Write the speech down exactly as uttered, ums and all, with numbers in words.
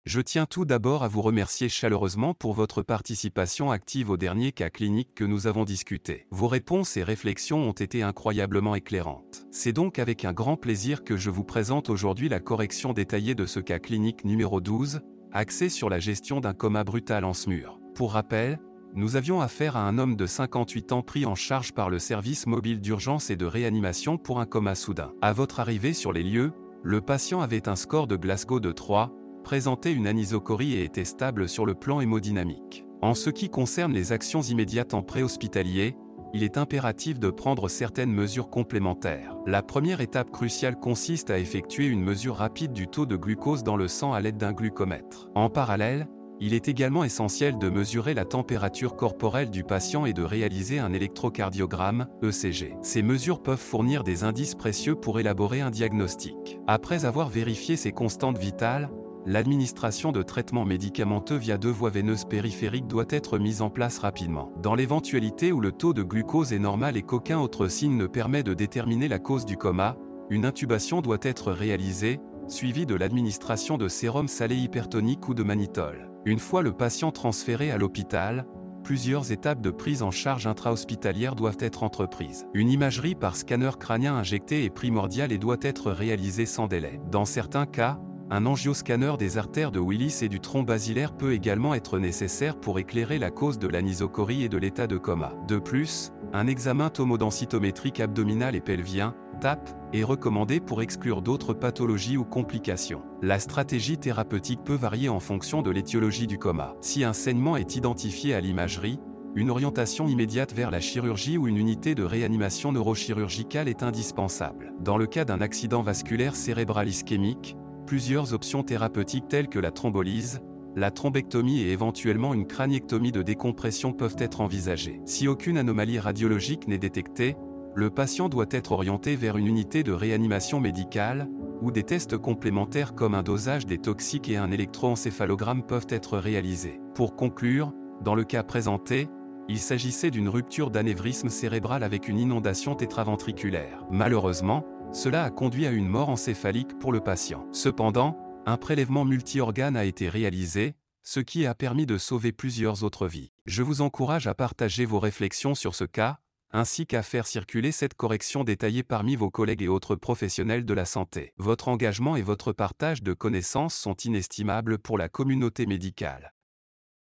Je tiens tout d'abord à vous remercier chaleureusement pour votre participation active au dernier cas clinique que nous avons discuté. Vos réponses et réflexions ont été incroyablement éclairantes. C'est donc avec un grand plaisir que je vous présente aujourd'hui la correction détaillée de ce cas clinique numéro douze, axé sur la gestion d'un coma brutal en S M U R. Pour rappel, nous avions affaire à un homme de cinquante-huit ans pris en charge par le service mobile d'urgence et de réanimation pour un coma soudain. À votre arrivée sur les lieux, le patient avait un score de Glasgow de trois, présentait une anisocorie et était stable sur le plan hémodynamique. En ce qui concerne les actions immédiates en préhospitalier, il est impératif de prendre certaines mesures complémentaires. La première étape cruciale consiste à effectuer une mesure rapide du taux de glucose dans le sang à l'aide d'un glucomètre. En parallèle, il est également essentiel de mesurer la température corporelle du patient et de réaliser un électrocardiogramme, E C G. Ces mesures peuvent fournir des indices précieux pour élaborer un diagnostic. Après avoir vérifié ces constantes vitales, l'administration de traitements médicamenteux via deux voies veineuses périphériques doit être mise en place rapidement. Dans l'éventualité où le taux de glucose est normal et qu'aucun autre signe ne permet de déterminer la cause du coma, une intubation doit être réalisée, suivie de l'administration de sérum salé hypertonique ou de mannitol. Une fois le patient transféré à l'hôpital, plusieurs étapes de prise en charge intra-hospitalière doivent être entreprises. Une imagerie par scanner crânien injecté est primordiale et doit être réalisée sans délai. Dans certains cas, un angioscanner des artères de Willis et du tronc basilaire peut également être nécessaire pour éclairer la cause de l'anisocorie et de l'état de coma. De plus, un examen tomodensitométrique abdominal et pelvien, T A P, est recommandé pour exclure d'autres pathologies ou complications. La stratégie thérapeutique peut varier en fonction de l'étiologie du coma. Si un saignement est identifié à l'imagerie, une orientation immédiate vers la chirurgie ou une unité de réanimation neurochirurgicale est indispensable. Dans le cas d'un accident vasculaire cérébral ischémique, plusieurs options thérapeutiques telles que la thrombolyse, la thrombectomie et éventuellement une craniectomie de décompression peuvent être envisagées. Si aucune anomalie radiologique n'est détectée, le patient doit être orienté vers une unité de réanimation médicale, où des tests complémentaires comme un dosage des toxiques et un électroencéphalogramme peuvent être réalisés. Pour conclure, dans le cas présenté, il s'agissait d'une rupture d'anévrisme cérébral avec une inondation tétraventriculaire. Malheureusement, cela a conduit à une mort encéphalique pour le patient. Cependant, un prélèvement multi-organes a été réalisé, ce qui a permis de sauver plusieurs autres vies. Je vous encourage à partager vos réflexions sur ce cas, ainsi qu'à faire circuler cette correction détaillée parmi vos collègues et autres professionnels de la santé. Votre engagement et votre partage de connaissances sont inestimables pour la communauté médicale.